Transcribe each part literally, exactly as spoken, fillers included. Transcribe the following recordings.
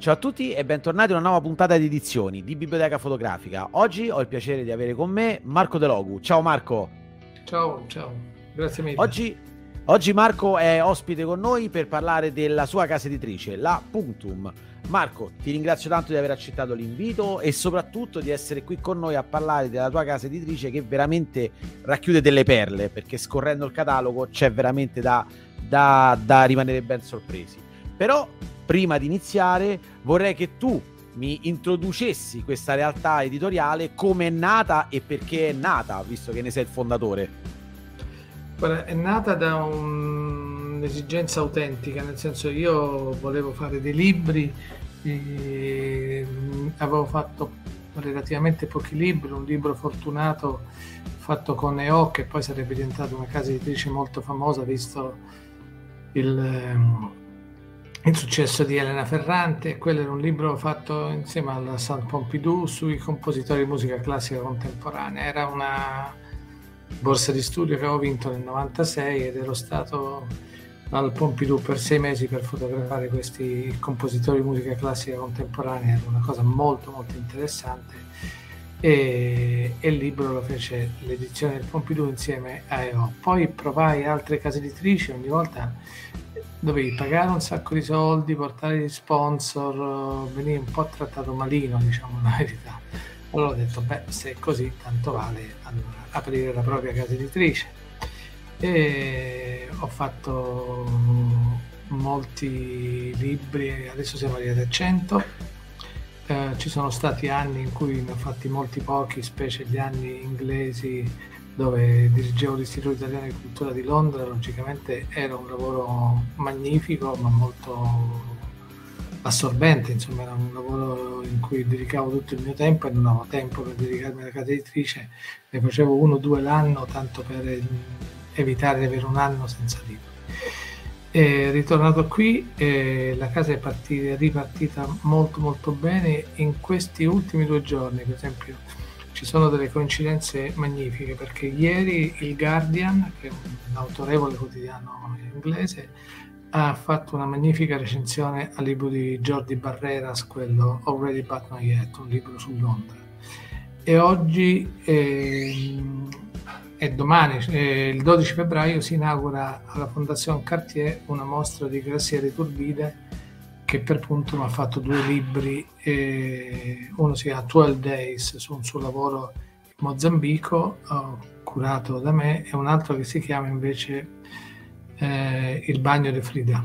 Ciao a tutti e bentornati a una nuova puntata di Edizioni di Biblioteca Fotografica. Oggi ho il piacere di avere con me Marco De Logu. Ciao Marco. Ciao, ciao, grazie mille. Oggi, oggi Marco è ospite con noi per parlare della sua casa editrice, la Punctum. Marco, ti ringrazio tanto di aver accettato l'invito e soprattutto di essere qui con noi a parlare della tua casa editrice, che veramente racchiude delle perle, perché scorrendo il catalogo c'è veramente da, da, da rimanere ben sorpresi. Però prima di iniziare vorrei che tu mi introducessi questa realtà editoriale, come è nata e perché è nata, visto che ne sei il fondatore. Guarda, è nata da un, un'esigenza autentica, nel senso io volevo fare dei libri, e avevo fatto relativamente pochi libri, un libro fortunato fatto con E O, che poi sarebbe diventata una casa editrice molto famosa, visto il... il successo di Elena Ferrante. Quello era un libro fatto insieme alla Saint Pompidou sui compositori di musica classica contemporanea. Era una borsa di studio che avevo vinto nel novantasei ed ero stato al Pompidou per sei mesi per fotografare questi compositori di musica classica contemporanea. Era una cosa molto molto interessante e, e il libro lo fece l'edizione del Pompidou insieme a E O. Poi provai altre case editrici, ogni volta dovevi pagare un sacco di soldi, portare gli sponsor, venivi un po' trattato malino, diciamo la verità. Allora ho detto, beh, se è così, tanto vale allora aprire la propria casa editrice. E ho fatto molti libri, adesso siamo arrivati a cento. Eh, ci sono stati anni in cui ne ho fatti molti pochi, specie gli anni inglesi, dove dirigevo l'Istituto Italiano di Cultura di Londra. Logicamente era un lavoro magnifico, ma molto assorbente, insomma era un lavoro in cui dedicavo tutto il mio tempo e non avevo tempo per dedicarmi alla casa editrice, ne facevo uno o due l'anno, tanto per evitare di avere un anno senza libri. E ritornato qui, eh, la casa è, partita, è ripartita molto molto bene in questi ultimi due giorni. Per esempio ci sono delle coincidenze magnifiche, perché ieri il Guardian, che è un autorevole quotidiano inglese, ha fatto una magnifica recensione al libro di Jordi Barreras, quello Already But Not Yet, un libro su Londra. E oggi eh, e domani, eh, il dodici febbraio, si inaugura alla Fondazione Cartier una mostra di Graziella Iturbide, che per Punctum ha fatto due libri, eh, uno si chiama twelve days su un suo lavoro in Mozambico, oh, curato da me, e un altro che si chiama invece eh, Il bagno di Frida.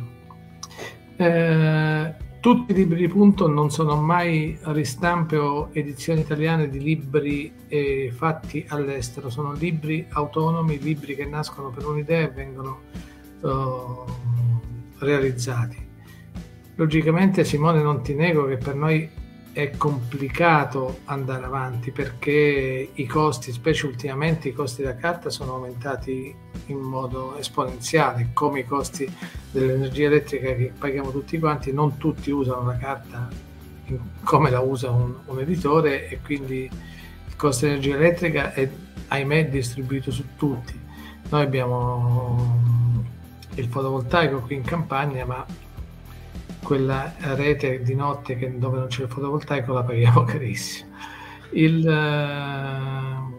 Eh, tutti i libri di Punctum non sono mai ristampe o edizioni italiane di libri eh, fatti all'estero, sono libri autonomi, libri che nascono per un'idea e vengono oh, realizzati. Logicamente, Simone, non ti nego che per noi è complicato andare avanti, perché i costi, specie ultimamente, i costi della carta sono aumentati in modo esponenziale, come i costi dell'energia elettrica che paghiamo tutti quanti. Non tutti usano la carta come la usa un, un editore, e quindi il costo dell'energia elettrica è, ahimè, distribuito su tutti. Noi abbiamo il fotovoltaico qui in campagna, ma quella rete di notte che, dove non c'è il fotovoltaico, la paghiamo carissimo. Il, uh,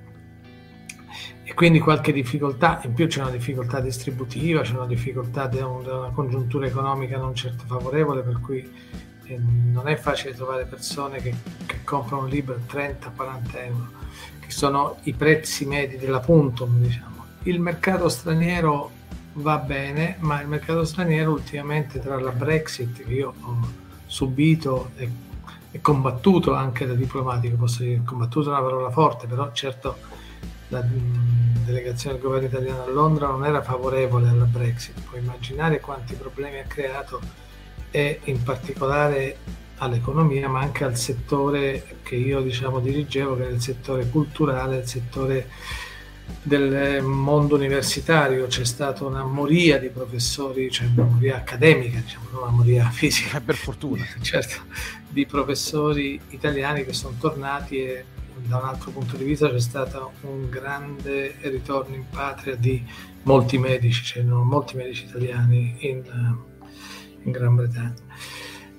e quindi qualche difficoltà in più, c'è una difficoltà distributiva, c'è una difficoltà di un, una congiuntura economica non certo favorevole, per cui eh, non è facile trovare persone che, che comprano un libro a trenta quaranta euro, che sono i prezzi medi della Punctum, diciamo. Il mercato straniero va bene, ma il mercato straniero ultimamente, tra la Brexit, che io ho subito e, e combattuto anche da diplomatico, posso dire, combattuto è una parola forte, però certo la mh, delegazione del governo italiano a Londra non era favorevole alla Brexit. Puoi immaginare quanti problemi ha creato, e in particolare all'economia, ma anche al settore che io diciamo dirigevo, che è il settore culturale, il settore del mondo universitario. C'è stata una moria di professori, cioè una moria accademica, diciamo, non una moria fisica, per fortuna, certo, di professori italiani che sono tornati, e da un altro punto di vista c'è stato un grande ritorno in patria di molti medici, c'erano molti medici italiani in, in Gran Bretagna.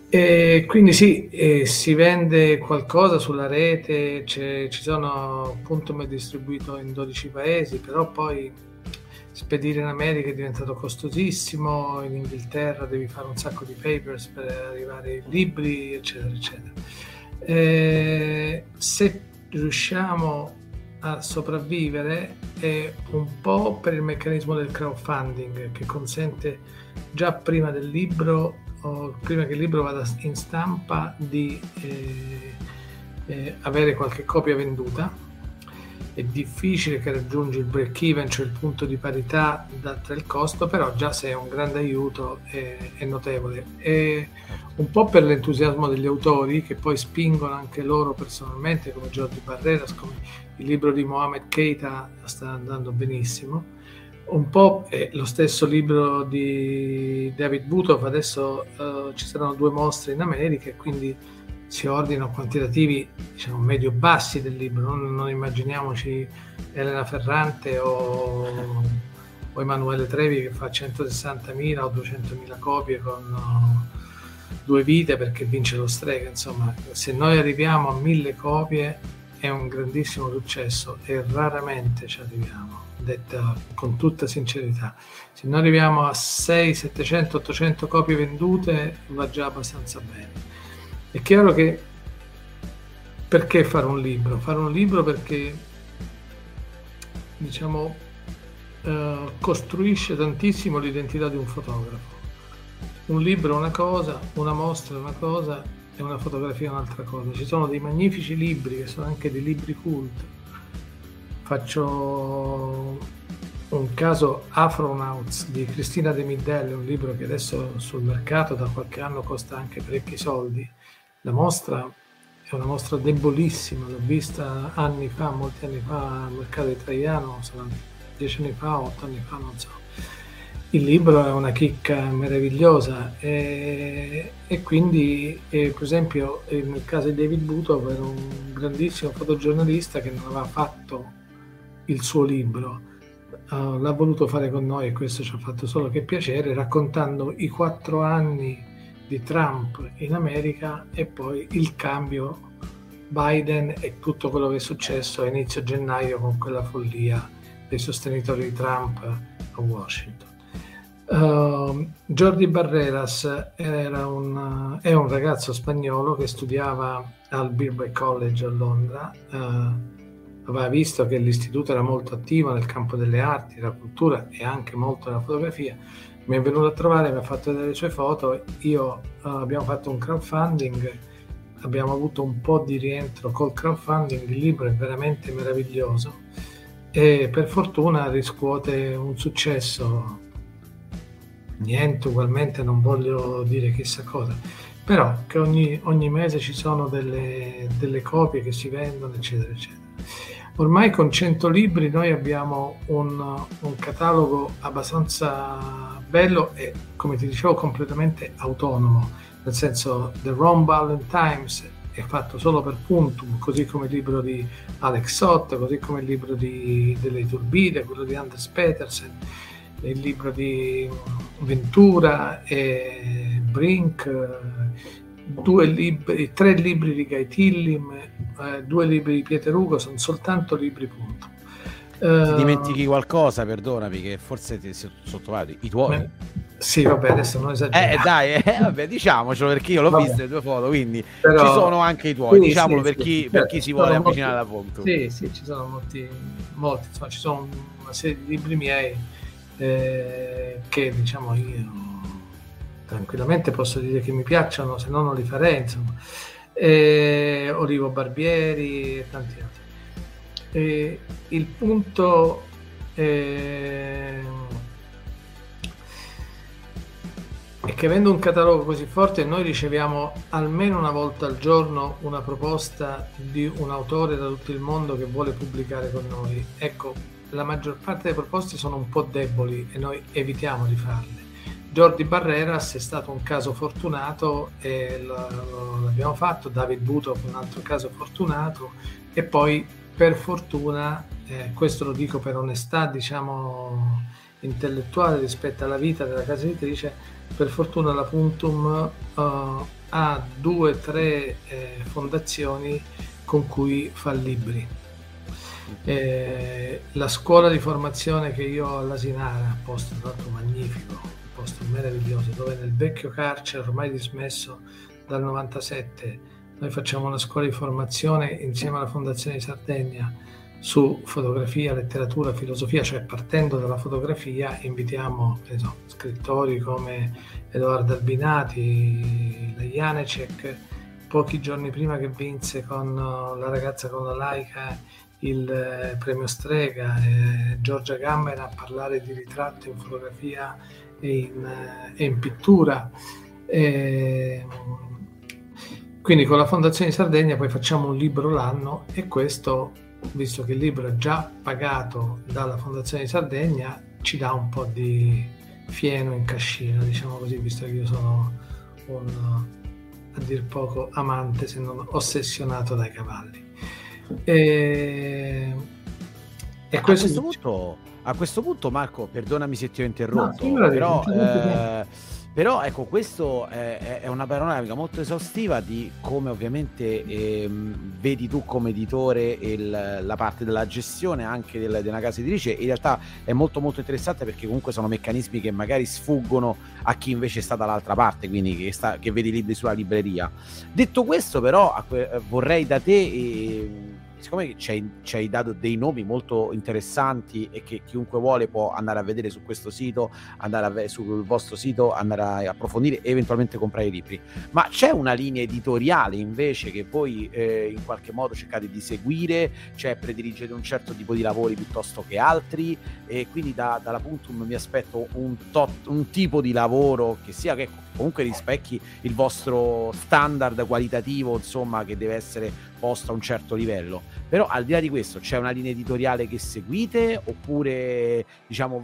E quindi sì, eh, si vende qualcosa sulla rete, ci sono, Puntum è distribuito in dodici paesi, però poi spedire in America è diventato costosissimo, in Inghilterra devi fare un sacco di papers per arrivare ai libri, eccetera, eccetera. Eh, se riusciamo a sopravvivere è un po' per il meccanismo del crowdfunding, che consente già prima del libro, o prima che il libro vada in stampa, di eh, eh, avere qualche copia venduta. È difficile che raggiungi il break even, cioè il punto di parità tra il costo, però già se è un grande aiuto è, è notevole. È un po' per l'entusiasmo degli autori, che poi spingono anche loro personalmente, come Jordi Barreras, come il libro di Mohamed Keita sta andando benissimo. Un po' è lo stesso libro di David Butoff, adesso uh, ci saranno due mostre in America e quindi si ordinano quantitativi, diciamo, medio-bassi del libro, non, non immaginiamoci Elena Ferrante o, o Emanuele Trevi che fa centosessantamila o duecentomila copie con uh, due vite perché vince lo Strega. Insomma, se noi arriviamo a mille copie è un grandissimo successo e raramente ci arriviamo, detta con tutta sincerità. Se noi arriviamo a seicento, settecento, ottocento copie vendute va già abbastanza bene. È chiaro che perché fare un libro? Fare un libro perché, diciamo, eh, costruisce tantissimo l'identità di un fotografo. Un libro è una cosa, una mostra è una cosa e una fotografia è un'altra cosa. Ci sono dei magnifici libri che sono anche dei libri cult. Faccio un caso, Afronauts di Cristina De Middelli, un libro che adesso sul mercato da qualche anno costa anche parecchi soldi. La mostra è una mostra debolissima, l'ho vista anni fa, molti anni fa al mercato italiano, saranno dieci anni fa, otto anni fa, non so. Il libro è una chicca meravigliosa e, e quindi, e per esempio, nel caso di David Butoff era un grandissimo fotogiornalista che non aveva fatto il suo libro, uh, l'ha voluto fare con noi e questo ci ha fatto solo che piacere, raccontando i quattro anni di Trump in America e poi il cambio Biden e tutto quello che è successo a inizio gennaio con quella follia dei sostenitori di Trump a Washington. Uh, Jordi Barreras era un, è un ragazzo spagnolo che studiava al Birkbeck College a Londra, uh, aveva visto che l'istituto era molto attivo nel campo delle arti, della cultura e anche molto della fotografia. Mi è venuto a trovare, mi ha fatto vedere le sue foto, io uh, abbiamo fatto un crowdfunding, abbiamo avuto un po' di rientro col crowdfunding, il libro è veramente meraviglioso e per fortuna riscuote un successo, niente, ugualmente non voglio dire chissà cosa, però che ogni, ogni mese ci sono delle, delle copie che si vendono, eccetera, eccetera. Ormai con cento libri noi abbiamo un, un catalogo abbastanza bello e, come ti dicevo, completamente autonomo, nel senso The Ron Ballard Times è fatto solo per Puntum, così come il libro di Alex Sott, così come il libro di, delle Iturbide, quello di Anders Petersen, il libro di Ventura e Brink, due libri, tre libri di Guy Tillim, eh, due libri di Pieter Ugo, sono soltanto libri, punto. Ti uh, dimentichi qualcosa, perdonami, che forse ti sei sottovaluti i tuoi. Beh, sì, vabbè, adesso non esageriamo. Eh, dai, eh, vabbè, diciamocelo, perché io l'ho vabbè. visto le tue foto, quindi Però, ci sono anche i tuoi, sì, diciamolo sì, per, sì, chi, sì, per chi si vuole molti, avvicinare alla Puntum. Sì, sì, ci sono molti, molti, insomma, ci sono una serie di libri miei eh, che, diciamo, io tranquillamente posso dire che mi piacciono, se no non li farei, insomma. Eh, Olivo Barbieri e tanti altri. Eh, il punto eh, è che avendo un catalogo così forte noi riceviamo almeno una volta al giorno una proposta di un autore da tutto il mondo che vuole pubblicare con noi. Ecco, la maggior parte delle proposte sono un po' deboli e noi evitiamo di farle. Jordi Barreras è stato un caso fortunato e l'abbiamo fatto, David Butoff un altro caso fortunato e poi per fortuna, eh, questo lo dico per onestà, diciamo, intellettuale rispetto alla vita della casa editrice, per fortuna la Puntum uh, ha due o tre eh, fondazioni con cui fa libri. Eh, la scuola di formazione che io ho all'Asinara, posto tra l'altro magnifico, un posto meraviglioso, dove nel vecchio carcere ormai dismesso dal novantasette noi facciamo una scuola di formazione insieme alla Fondazione di Sardegna su fotografia, letteratura, filosofia, cioè partendo dalla fotografia invitiamo so, scrittori come Edoardo Albinati, la Janecek, pochi giorni prima che vinse con la ragazza con la Leica il eh, premio Strega, eh, Giorgia Gammera a parlare di ritratto in fotografia e in, eh, e in pittura. Eh, quindi con la Fondazione di Sardegna poi facciamo un libro l'anno, e questo, visto che il libro è già pagato dalla Fondazione di Sardegna, ci dà un po' di fieno in cascina, diciamo così, visto che io sono un, a dir poco, amante, se non ossessionato dai cavalli. E, e questo a, questo punto, a questo punto, Marco, perdonami se ti ho interrotto, no, però, eh, però ecco, questo è, è una panoramica molto esaustiva di come ovviamente eh, vedi tu come editore il, la parte della gestione anche del, di una casa editrice. In realtà è molto molto interessante, perché comunque sono meccanismi che magari sfuggono a chi invece sta dall'altra parte, quindi che, sta, che vede i libri sulla libreria. Detto questo, però, vorrei da te... Eh, siccome ci hai, ci hai dato dei nomi molto interessanti e che chiunque vuole può andare a vedere su questo sito, andare a, sul vostro sito, andare a approfondire e eventualmente comprare i libri, ma c'è una linea editoriale invece che voi eh, in qualche modo cercate di seguire, cioè prediligete un certo tipo di lavori piuttosto che altri, e quindi da, dalla Puntum mi aspetto un, tot, un tipo di lavoro che sia, che comunque rispecchi il vostro standard qualitativo, insomma, che deve essere posto a un certo livello. Però al di là di questo c'è una linea editoriale che seguite, oppure diciamo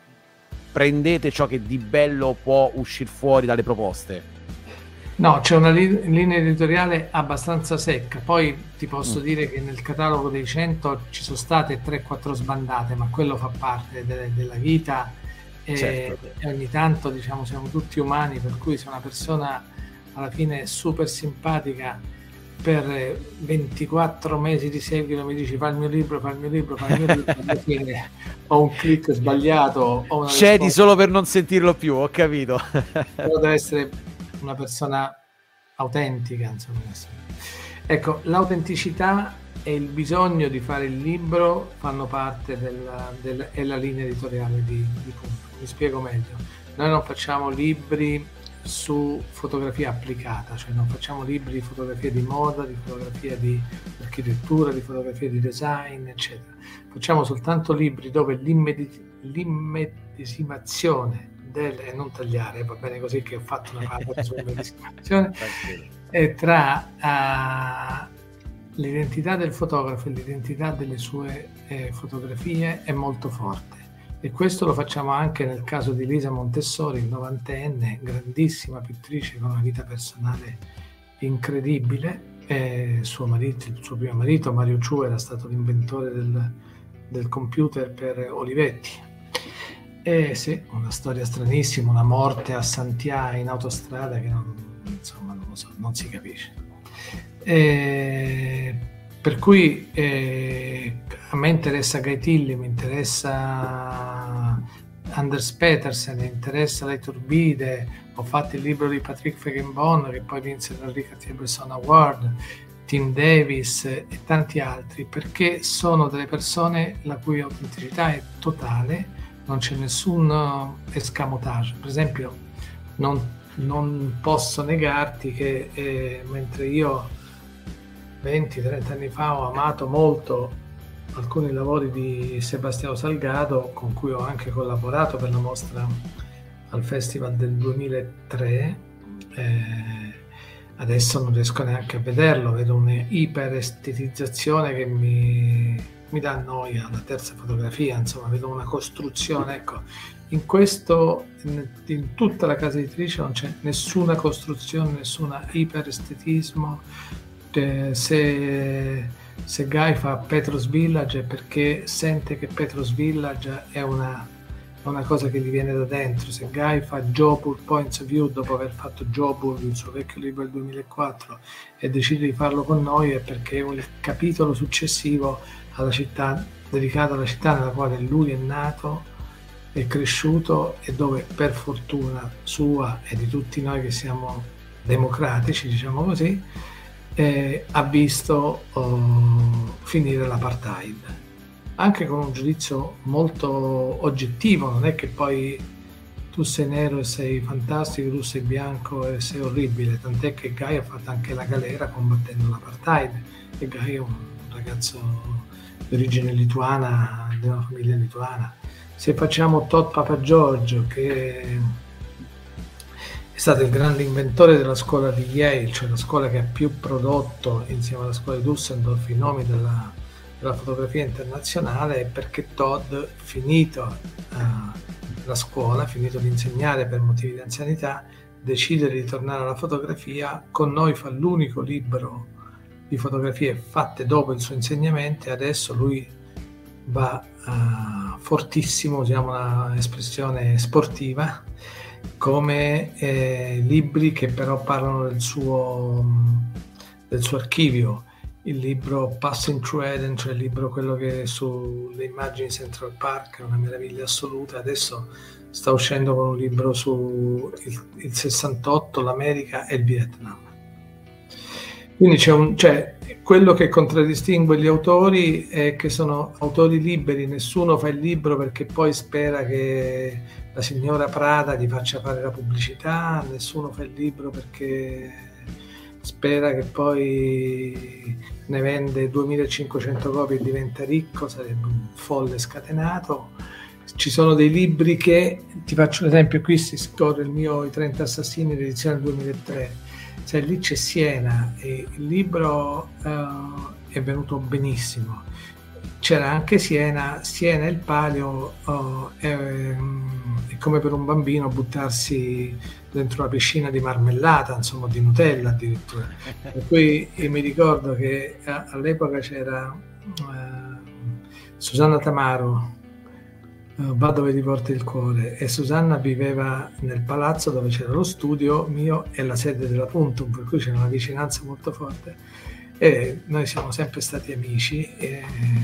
prendete ciò che di bello può uscire fuori dalle proposte? No, c'è una li- linea editoriale abbastanza secca. Poi ti posso mm. dire che nel catalogo dei cento ci sono state tre quattro sbandate, ma quello fa parte de- della vita e, certo. e ogni tanto, diciamo, siamo tutti umani, per cui se una persona alla fine è super simpatica per ventiquattro mesi di seguito mi dici fa il mio libro, fa il mio libro, fa il mio libro, alla fine ho un click sbagliato, ho una cedi risposta... solo per non sentirlo più, ho capito. Però deve essere una persona autentica, insomma. Ecco, l'autenticità e il bisogno di fare il libro fanno parte della, della, della linea editoriale di, di Puntum. Mi spiego meglio. Noi non facciamo libri su fotografia applicata, cioè non facciamo libri di fotografia di moda, di fotografia di architettura, di fotografia di design, eccetera. Facciamo soltanto libri dove l'immedesimazione del, e non tagliare, va bene così che ho fatto una parola sull'immedesimazione, è tra uh, l'identità del fotografo e l'identità delle sue eh, fotografie è molto forte. E questo lo facciamo anche nel caso di Lisa Montessori, novantenne, grandissima pittrice con una vita personale incredibile. E suo marito, il suo primo marito, Mario Ciu, era stato l'inventore del, del computer per Olivetti. E sì, una storia stranissima, una morte a Santiago in autostrada che non, insomma, non lo so, non si capisce. E per cui eh, a me interessa Guy Tilly, mi interessa Anders Petersen, mi interessa La Iturbide, ho fatto il libro di Patrick Feigenbaum che poi vinse il Cartier-Bresson Award, Tim Davis e tanti altri, perché sono delle persone la cui autenticità è totale, non c'è nessun escamotage. Per esempio non, non posso negarti che eh, mentre io venti trenta anni fa ho amato molto alcuni lavori di Sebastiano Salgado, con cui ho anche collaborato per la mostra al Festival del duemilatré, eh, adesso non riesco neanche a vederlo, vedo un'iperestetizzazione che mi, mi dà noia, la terza fotografia, insomma vedo una costruzione, ecco, in questo, in, in tutta la casa editrice non c'è nessuna costruzione, nessuna iperestetismo. Se, se Guy fa Petros Village è perché sente che Petros Village è una, è una cosa che gli viene da dentro. Se Guy fa Jopur Points of View dopo aver fatto Jopur, il suo vecchio libro del duemilaquattro, e decide di farlo con noi, è perché è il capitolo successivo alla città, dedicato alla città nella quale lui è nato, è cresciuto e dove, per fortuna sua e di tutti noi che siamo democratici, diciamo così, eh, ha visto oh, finire l'apartheid, anche con un giudizio molto oggettivo. Non è che poi tu sei nero e sei fantastico, tu sei bianco e sei orribile, tant'è che Guy ha fatto anche la galera combattendo l'apartheid, e Guy è un ragazzo di origine lituana, di una famiglia lituana. Se facciamo Todd Papagiorgio, che è stato il grande inventore della scuola di Yale, cioè la scuola che ha più prodotto insieme alla scuola di Düsseldorf i nomi della, della fotografia internazionale, è perché Todd, finito uh, la scuola, finito di insegnare per motivi di anzianità, decide di tornare alla fotografia. Con noi fa l'unico libro di fotografie fatte dopo il suo insegnamento, e adesso lui va uh, fortissimo, usiamo un'espressione sportiva, come eh, libri che però parlano del suo, del suo archivio. Il libro Passing Through Eden, cioè il libro quello che sulle immagini di Central Park è una meraviglia assoluta, adesso sta uscendo con un libro su il, il sessantotto, l'America e il Vietnam. Quindi c'è un, cioè, quello che contraddistingue gli autori è che sono autori liberi, nessuno fa il libro perché poi spera che la signora Prada gli faccia fare la pubblicità, nessuno fa il libro perché spera che poi ne vende duemilacinquecento copie e diventa ricco, sarebbe un folle scatenato. Ci sono dei libri che, ti faccio l'esempio, qui si scorre il mio I trenta assassini, l'edizione duemilatré, cioè lì c'è Siena e il libro uh, è venuto benissimo. C'era anche Siena, Siena e il palio, uh, è, è come per un bambino buttarsi dentro una piscina di marmellata, insomma di Nutella addirittura. E poi io mi ricordo che a, all'epoca c'era uh, Susanna Tamaro, uh, Va dove ti porta il cuore, e Susanna viveva nel palazzo dove c'era lo studio mio e la sede della Puntum, per cui c'era una vicinanza molto forte. E noi siamo sempre stati amici e,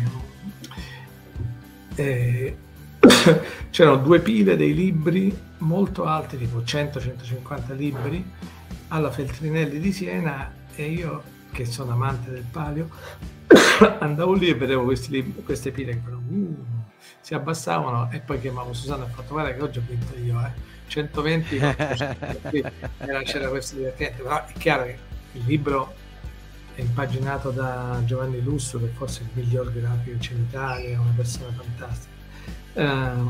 e c'erano due pile dei libri molto alti, tipo cento centocinquanta libri, alla Feltrinelli di Siena, e io, che sono amante del palio, andavo lì e vedevo questi libri, queste pile che uh, si abbassavano, e poi chiamavo Susanna e ho fatto: guarda che oggi ho vinto io, eh. centoventi era, c'era questo divertente. Però è chiaro che il libro è impaginato da Giovanni Lusso, che forse è il miglior grafico c'è in Italia, è una persona fantastica, uh,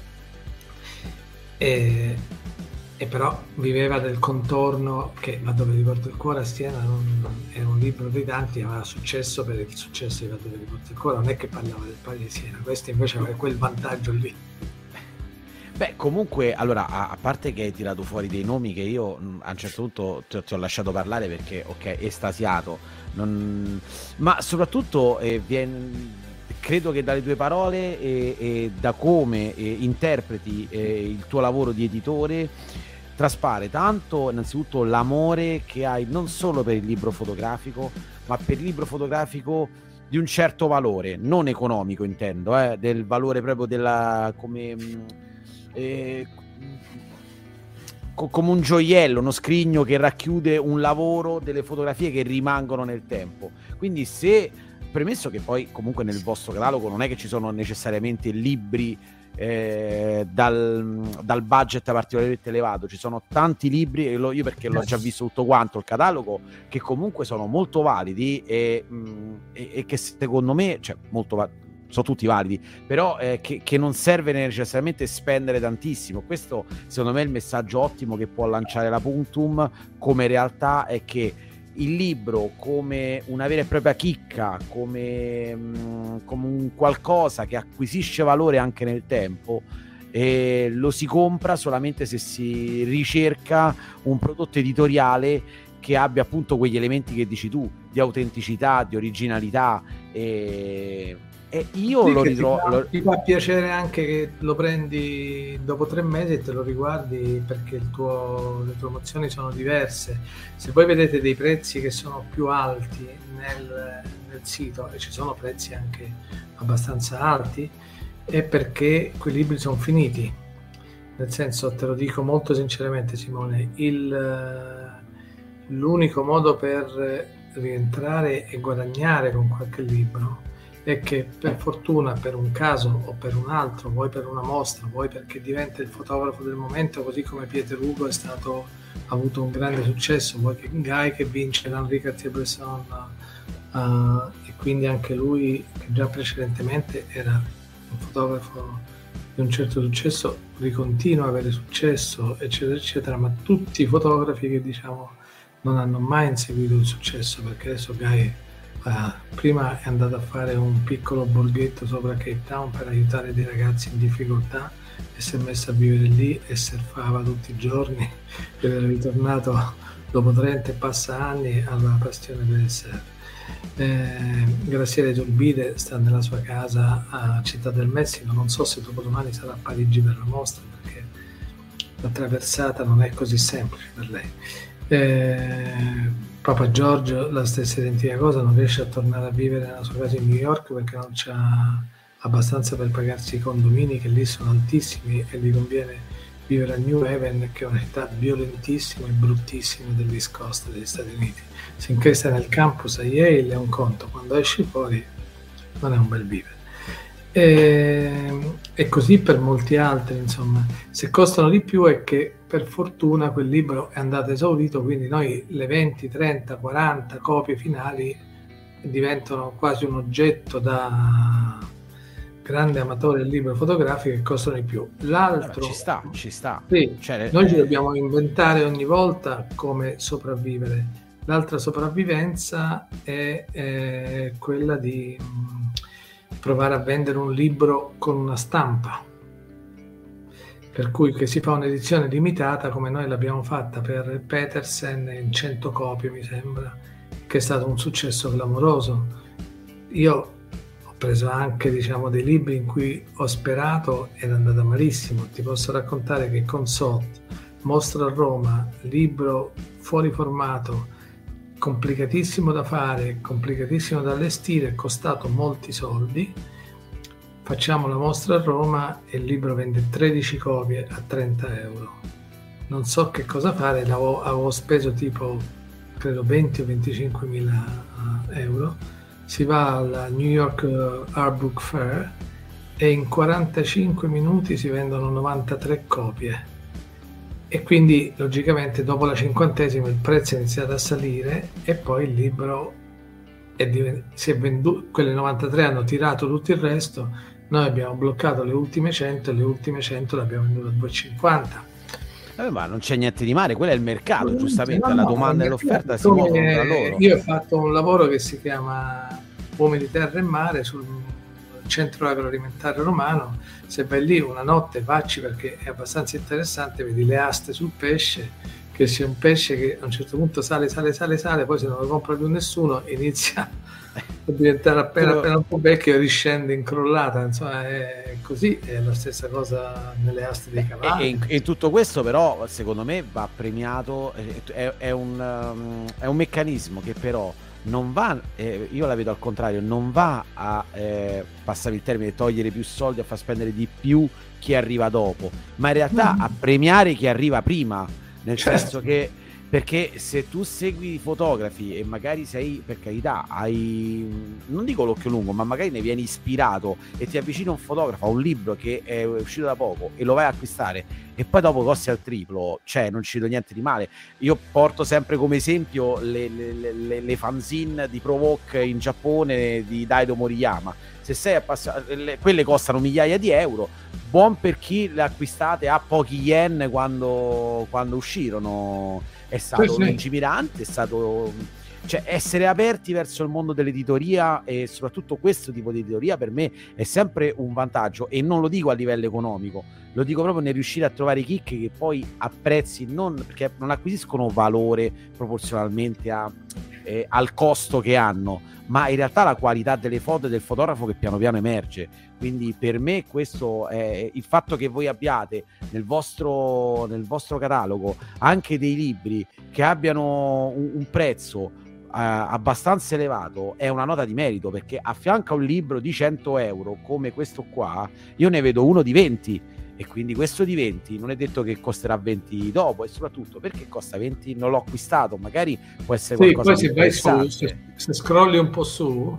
e, e però viveva del contorno che Va dove ti porta il cuore a Siena non, è un libro dei tanti, aveva successo per il successo di Va dove ti porta il cuore, non è che parlava del palio di Siena, questo invece aveva quel vantaggio lì. Beh, comunque, allora, a, a parte che hai tirato fuori dei nomi che io mh, a un certo punto ti, ti ho lasciato parlare perché, ok, estasiato, non... ma soprattutto eh, viene, credo che dalle tue parole e, e da come eh, interpreti eh, il tuo lavoro di editore traspare tanto, innanzitutto, l'amore che hai non solo per il libro fotografico, ma per il libro fotografico di un certo valore, non economico intendo, eh, del valore proprio della... come... Mh, Eh, co- come un gioiello, uno scrigno che racchiude un lavoro, delle fotografie che rimangono nel tempo. Quindi, se premesso che poi comunque nel vostro catalogo non è che ci sono necessariamente libri eh, dal, dal budget particolarmente elevato, ci sono tanti libri, e lo, io perché l'ho già visto tutto quanto il catalogo, che comunque sono molto validi e, mh, e, e che secondo me, cioè molto validi, sono tutti validi, però eh, che, che non serve necessariamente spendere tantissimo. Questo secondo me è il messaggio ottimo che può lanciare la Punctum come realtà, è che il libro, come una vera e propria chicca, come, mh, come un qualcosa che acquisisce valore anche nel tempo, e lo si compra solamente se si ricerca un prodotto editoriale che abbia appunto quegli elementi che dici tu, di autenticità, di originalità, e E io sì, lo ritrovo. ritrovo. Lo... Ti fa piacere anche che lo prendi dopo tre mesi e te lo riguardi, perché il tuo, le tue emozioni sono diverse. Se voi vedete dei prezzi che sono più alti nel, nel sito, e ci sono prezzi anche abbastanza alti, è perché quei libri sono finiti. Nel senso, te lo dico molto sinceramente, Simone, il, l'unico modo per rientrare e guadagnare con qualche libro è che, per fortuna, per un caso o per un altro, vuoi per una mostra, vuoi perché diventa il fotografo del momento, così come Pieter Ugo è stato, ha avuto un grande successo, vuoi che Guy che vince l'Henri Cartier-Bresson, uh, e quindi anche lui, che già precedentemente era un fotografo di un certo successo, ricontinua a avere successo, eccetera eccetera, ma tutti i fotografi che diciamo non hanno mai inseguito il successo, perché adesso Guy Uh, prima è andato a fare un piccolo borghetto sopra Cape Town per aiutare dei ragazzi in difficoltà e si è messo a vivere lì e surfava tutti i giorni ed era ritornato dopo trenta e passa anni alla passione per il surf. eh, Graziele Turbide sta nella sua casa a Città del Messico, non so se dopodomani sarà a Parigi per la mostra, perché la traversata non è così semplice per lei. eh, Papa Giorgio, la stessa identica cosa, non riesce a tornare a vivere nella sua casa in New York perché non c'ha abbastanza per pagarsi i condomini, che lì sono altissimi, e gli conviene vivere a New Haven, che è una città violentissima e bruttissima dell'East Coast degli Stati Uniti. Finché stai nel campus a Yale è un conto, quando esci fuori non è un bel vivere. E, e così per molti altri, insomma. Se costano di più è che per fortuna quel libro è andato esaurito, quindi noi le venti, trenta, quaranta copie finali diventano quasi un oggetto da grande amatore del libro fotografico, che costano di più. L'altro, ci sta, ci sta. Sì, cioè, noi eh... ci dobbiamo inventare ogni volta come sopravvivere. L'altra sopravvivenza è, è quella di mh, provare a vendere un libro con una stampa, per cui che si fa un'edizione limitata come noi l'abbiamo fatta per Petersen in cento copie, mi sembra, che è stato un successo clamoroso. Io ho preso anche, diciamo, dei libri in cui ho sperato ed è andata malissimo. Ti posso raccontare che con Sot, Mostra a Roma, libro fuori formato, complicatissimo da fare, complicatissimo da allestire, è costato molti soldi. Facciamo la mostra a Roma e il libro vende tredici copie a trenta euro. Non so che cosa fare, avevo, avevo speso tipo, credo, venti o venticinque mila euro. Si va alla New York Art Book Fair e in quarantacinque minuti si vendono novantatré copie. E quindi, logicamente, dopo la cinquantesima il prezzo è iniziato a salire e poi il libro è divent- si è venduto, quelle novantatré hanno tirato tutto il resto. Noi abbiamo bloccato le ultime cento e le ultime cento le abbiamo vendute a due e cinquanta. Eh, ma non c'è niente di male, quello è il mercato, no, giustamente, no, la no, domanda e l'offerta si muovono tra loro. Io ho fatto un lavoro che si chiama Uomini, Terra e Mare sul centro agroalimentare romano. Se vai lì una notte, vacci, perché è abbastanza interessante, vedi le aste sul pesce, che c'è un pesce che a un certo punto sale, sale, sale, sale, poi se non lo compra più nessuno inizia a diventare appena, Però... appena un po' vecchio e riscende incrollata, insomma è così. È la stessa cosa nelle aste dei cavalli. E, e, in, e tutto questo però secondo me va premiato, è, è, un, um, è un meccanismo che però non va, eh, io la vedo al contrario, non va a eh, passare il termine, togliere più soldi, a far spendere di più chi arriva dopo, ma in realtà mm. a premiare chi arriva prima, nel certo. senso che, perché se tu segui i fotografi e magari sei, per carità, hai, non dico l'occhio lungo, ma magari ne vieni ispirato e ti avvicina un fotografo a un libro che è uscito da poco e lo vai a acquistare e poi dopo costi al triplo, cioè non ci vedo niente di male. Io porto sempre come esempio le, le, le, le fanzine di Provoke in Giappone di Daido Moriyama. Se sei appassionato, quelle costano migliaia di euro, buon per chi le acquistate a pochi yen quando, quando uscirono. È stato sì, sì. lungimirante, è stato, cioè, essere aperti verso il mondo dell'editoria, e soprattutto questo tipo di editoria per me è sempre un vantaggio, e non lo dico a livello economico, lo dico proprio nel riuscire a trovare chicche che poi a prezzi non, perché non acquisiscono valore proporzionalmente a eh, al costo che hanno, ma in realtà la qualità delle foto e del fotografo che piano piano emerge. Quindi per me questo è il fatto che voi abbiate nel vostro, nel vostro catalogo anche dei libri che abbiano un, un prezzo eh, abbastanza elevato, è una nota di merito, perché a fianco a un libro di cento euro come questo qua io ne vedo uno di venti, e quindi questo di venti non è detto che costerà venti dopo, e soprattutto perché costa venti non l'ho acquistato, magari può essere sì, qualcosa poi di se vai su, interessante. se, se scrolli un po' su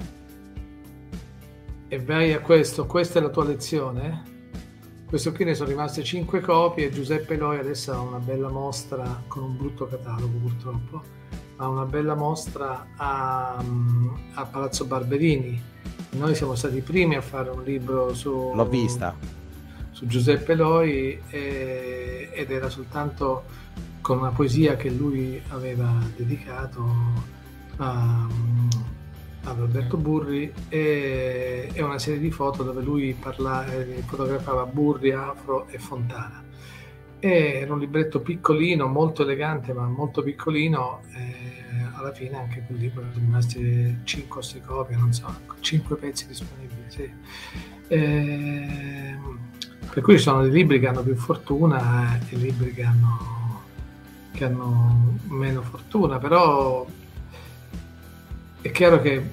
e vai a questo, questa è la tua lezione, questo qui ne sono rimaste cinque copie, Giuseppe Loi adesso ha una bella mostra con un brutto catalogo purtroppo, ha una bella mostra a, a Palazzo Barberini. Noi siamo stati i primi a fare un libro su, l'ho vista, su Giuseppe Loi, e, ed era soltanto con una poesia che lui aveva dedicato a, ad Alberto Burri, e, e una serie di foto dove lui parla, fotografava Burri, Afro e Fontana. E era un libretto piccolino, molto elegante, ma molto piccolino. E alla fine anche quel libro sono rimasti cinque o sei copie, non so, cinque pezzi disponibili, sì. E, per cui ci sono dei libri che hanno più fortuna e libri che hanno, che hanno meno fortuna, però è chiaro che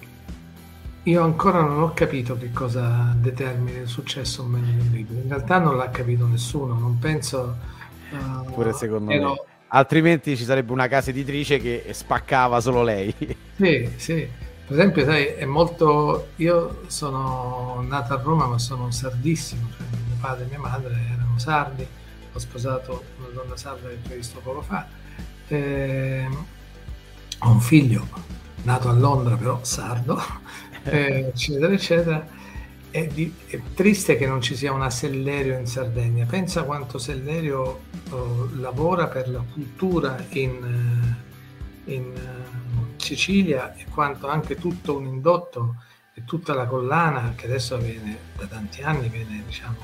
io ancora non ho capito che cosa determina il successo o meno di un libro. In realtà non l'ha capito nessuno, non penso... Uh, pure secondo ero... me. Altrimenti ci sarebbe una casa editrice che spaccava solo lei. Sì, sì. Per esempio, sai, è molto... Io sono nato a Roma, ma sono sardissimo. Cioè, mio padre e mia madre erano sardi. Ho sposato una donna sarda che ho visto poco fa. E... Ho un figlio nato a Londra, però sardo, eccetera, eccetera. È, di... è triste che non ci sia una Sellerio in Sardegna. Pensa quanto Sellerio oh, lavora per la cultura in, in Sicilia, e quanto anche tutto un indotto e tutta la collana che adesso viene da tanti anni viene diciamo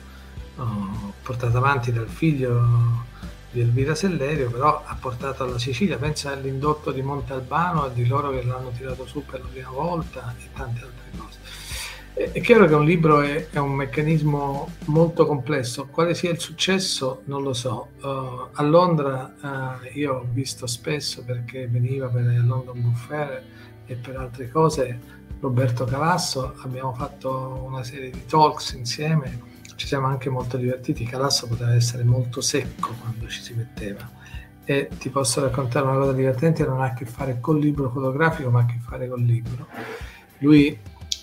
oh, portata avanti dal figlio di Elvira Sellerio, però ha portato alla Sicilia. Pensa all'indotto di Montalbano e di loro che l'hanno tirato su per la prima volta e tante altre cose. È chiaro che un libro è, è un meccanismo molto complesso. Quale sia il successo non lo so. Uh, a Londra uh, io ho visto spesso, perché veniva per il London Book Fair e per altre cose, Roberto Calasso. Abbiamo fatto una serie di talks insieme, ci siamo anche molto divertiti. Calasso poteva essere molto secco quando ci si metteva, e ti posso raccontare una cosa divertente, non ha a che fare col libro fotografico ma ha a che fare col libro. Lui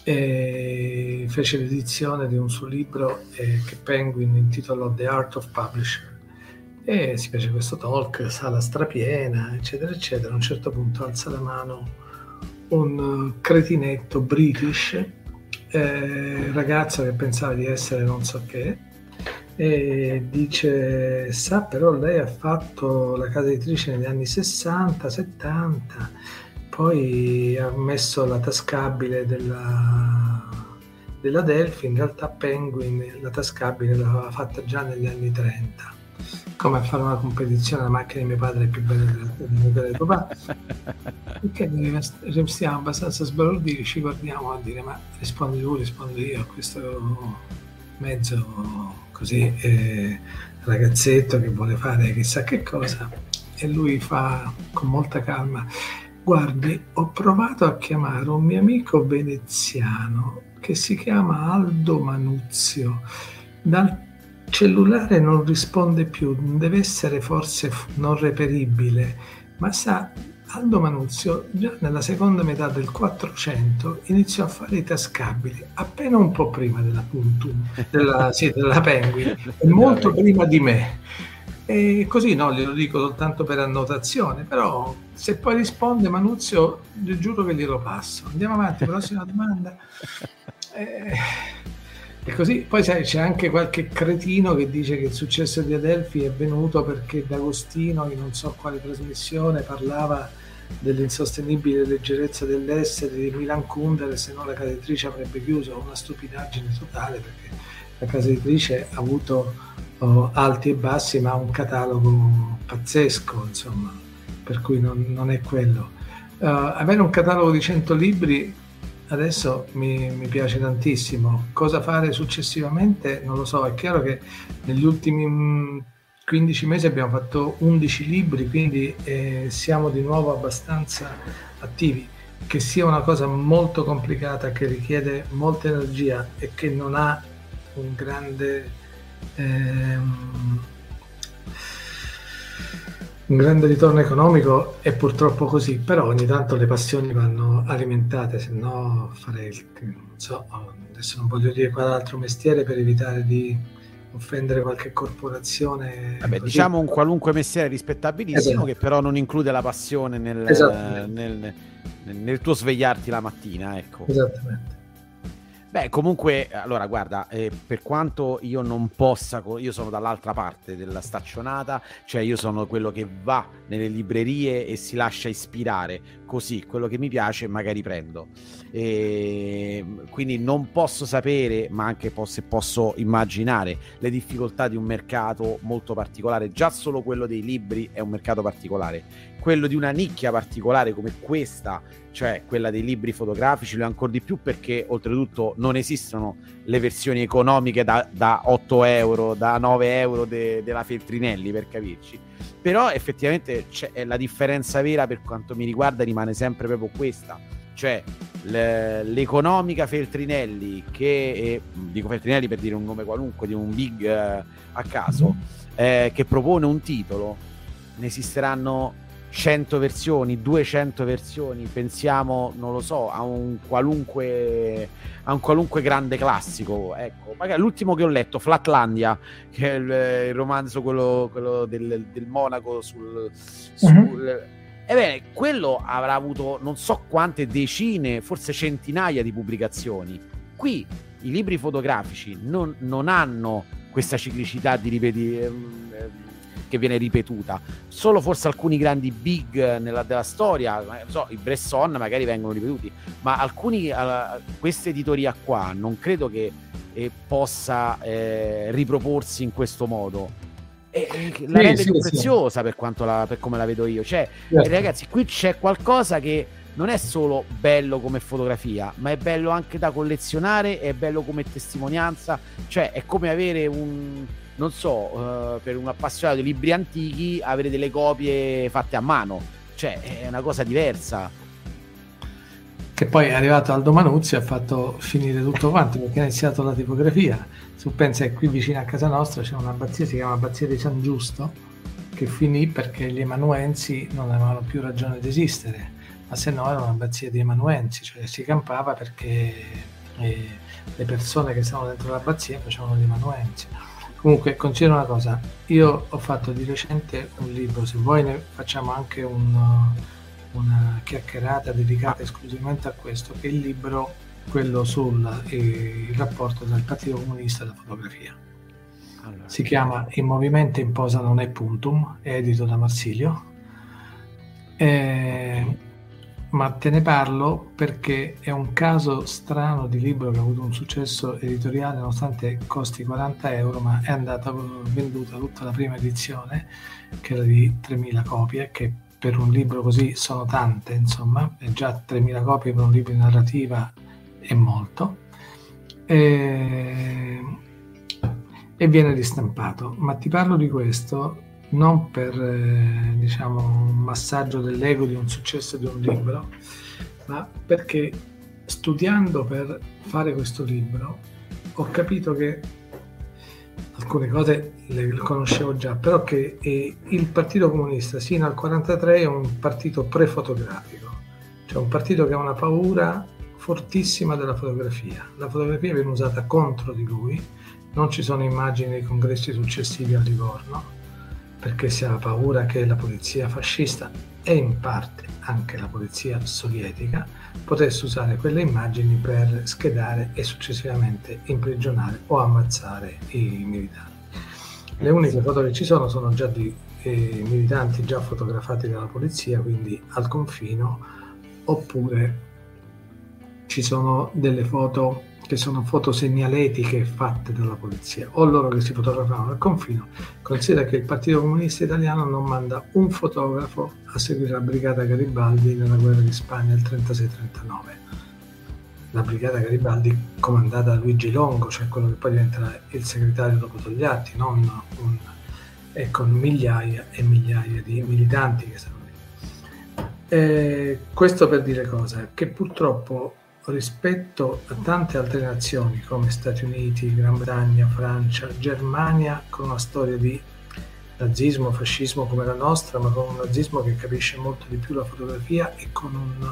E fece l'edizione di un suo libro eh, che Penguin intitolò The Art of Publisher, e si fece questo talk, sala strapiena, eccetera eccetera. A un certo punto alza la mano un cretinetto british, eh, ragazzo che pensava di essere non so che, e dice: sa, però lei ha fatto la casa editrice negli anni sessanta settanta, poi ha messo la tascabile della, della Delphi. In realtà Penguin la tascabile l'aveva fatta già negli anni trenta, come a fare una competizione, la macchina di mio padre è più bella di quella di papà. Perché restiamo abbastanza sbalorditi, ci guardiamo a dire: ma rispondi tu, rispondo io a questo mezzo così eh, ragazzetto che vuole fare chissà che cosa. E lui fa con molta calma: guardi, ho provato a chiamare un mio amico veneziano che si chiama Aldo Manuzio, dal cellulare non risponde più, deve essere forse non reperibile, ma sa, Aldo Manuzio già nella seconda metà del quattrocento iniziò a fare i tascabili, appena un po' prima della Puntum, della, sì, della Penguin, e molto prima di me. E così no, glielo dico soltanto per annotazione, però se poi risponde Manuzio, vi giuro che glielo passo. Andiamo avanti, prossima domanda. E, e così, poi sai, c'è anche qualche cretino che dice che il successo di Adelphi è venuto perché D'Agostino, in non so quale trasmissione, parlava dell'insostenibile leggerezza dell'essere di Milan Kundera, se no la casa editrice avrebbe chiuso. Una stupidaggine totale, perché la casa editrice ha avuto oh, alti e bassi, ma un catalogo pazzesco, insomma, per cui non, non è quello. Uh, avere un catalogo di cento libri adesso mi, mi piace tantissimo. Cosa fare successivamente non lo so. È chiaro che negli ultimi quindici mesi abbiamo fatto undici libri, quindi eh, siamo di nuovo abbastanza attivi. Che sia una cosa molto complicata, che richiede molta energia e che non ha un grande ehm, un grande ritorno economico, è purtroppo così, però ogni tanto le passioni vanno alimentate, se no farei il, non so, adesso non voglio dire quale altro mestiere per evitare di offendere qualche corporazione. Vabbè, così. diciamo un qualunque mestiere rispettabilissimo, esatto, che però non include la passione nel, nel, nel, nel tuo svegliarti la mattina, ecco. Esattamente. Beh, comunque, allora, guarda, eh, per quanto io non possa, io sono dall'altra parte della staccionata, cioè io sono quello che va nelle librerie e si lascia ispirare, così, quello che mi piace magari prendo. E quindi non posso sapere, ma anche posso, posso immaginare le difficoltà di un mercato molto particolare. Già solo quello dei libri è un mercato particolare. Quello di una nicchia particolare come questa, cioè quella dei libri fotografici, lo è ancora di più, perché oltretutto non esistono le versioni economiche da, da otto euro, da nove euro de, della Feltrinelli, per capirci. Però effettivamente c'è, la differenza vera per quanto mi riguarda rimane sempre proprio questa, cioè le, l'economica Feltrinelli, che eh, dico Feltrinelli per dire un nome qualunque di un big eh, a caso, eh, che propone un titolo, ne esisteranno cento versioni, duecento versioni, pensiamo, non lo so, a un qualunque a un qualunque grande classico, ecco, magari l'ultimo che ho letto, Flatlandia, che è il, il romanzo quello, quello del, del monaco sul, sul uh-huh. Ebbene, quello avrà avuto non so quante decine, forse centinaia di pubblicazioni. Qui i libri fotografici non, non hanno questa ciclicità di ripeti che viene ripetuta, solo forse alcuni grandi big nella della storia, non so, i Bresson magari vengono ripetuti, ma alcuni uh, questa editoria qua non credo che eh, possa eh, riproporsi in questo modo, e, e la sì, rende sì, più sì. preziosa per quanto la, per come la vedo io, cioè certo. Ragazzi, qui c'è qualcosa che non è solo bello come fotografia, ma è bello anche da collezionare, è bello come testimonianza, cioè è come avere un, non so, uh, per un appassionato di libri antichi, avere delle copie fatte a mano, cioè è una cosa diversa. Che poi è arrivato Aldo Manuzzi e ha fatto finire tutto quanto, perché ha iniziato la tipografia. Tu pensi che qui vicino a casa nostra c'è un'abbazia, si chiama Abbazia di San Giusto, che finì perché gli emanuensi non avevano più ragione di esistere, ma se no era un'abbazia di emanuensi, cioè si campava perché eh, le persone che stavano dentro l'abbazia facevano gli emanuensi. Comunque, considero una cosa, io ho fatto di recente un libro, se vuoi ne facciamo anche un, una chiacchierata dedicata esclusivamente a questo, che è il libro, quello sul eh, il rapporto del Partito Comunista alla fotografia. Allora, si chiama Il movimento in posa non è puntum, è edito da Marsilio, eh, ma te ne parlo perché è un caso strano di libro che ha avuto un successo editoriale nonostante costi quaranta euro, ma è andata venduta tutta la prima edizione, che era di tremila copie, che per un libro così sono tante, insomma, e già tremila copie per un libro di narrativa è molto, e, e viene ristampato. Ma ti parlo di questo non per eh, diciamo un massaggio dell'ego di un successo di un libro, ma perché studiando per fare questo libro ho capito che alcune cose le conoscevo già, però che eh, il Partito Comunista sino al quarantatré è un partito prefotografico, cioè un partito che ha una paura fortissima della fotografia. La fotografia viene usata contro di lui, non ci sono immagini dei congressi successivi a Livorno, perché si ha paura che la polizia fascista e in parte anche la polizia sovietica potesse usare quelle immagini per schedare e successivamente imprigionare o ammazzare i militari. Le uniche foto che ci sono sono già di eh, militanti già fotografati dalla polizia, quindi al confino, oppure ci sono delle foto che sono foto segnaletiche fatte dalla polizia, o loro che si fotografavano al confine. Considera che il Partito Comunista Italiano non manda un fotografo a seguire la Brigata Garibaldi nella guerra di Spagna del trentasei trentanove. La Brigata Garibaldi comandata da Luigi Longo, cioè quello che poi diventerà il segretario dopo Togliatti, non un, e con migliaia e migliaia di militanti che stanno lì. Eh, questo per dire cosa? Che purtroppo rispetto a tante altre nazioni come Stati Uniti, Gran Bretagna, Francia, Germania, con una storia di nazismo, fascismo come la nostra, ma con un nazismo che capisce molto di più la fotografia e con un,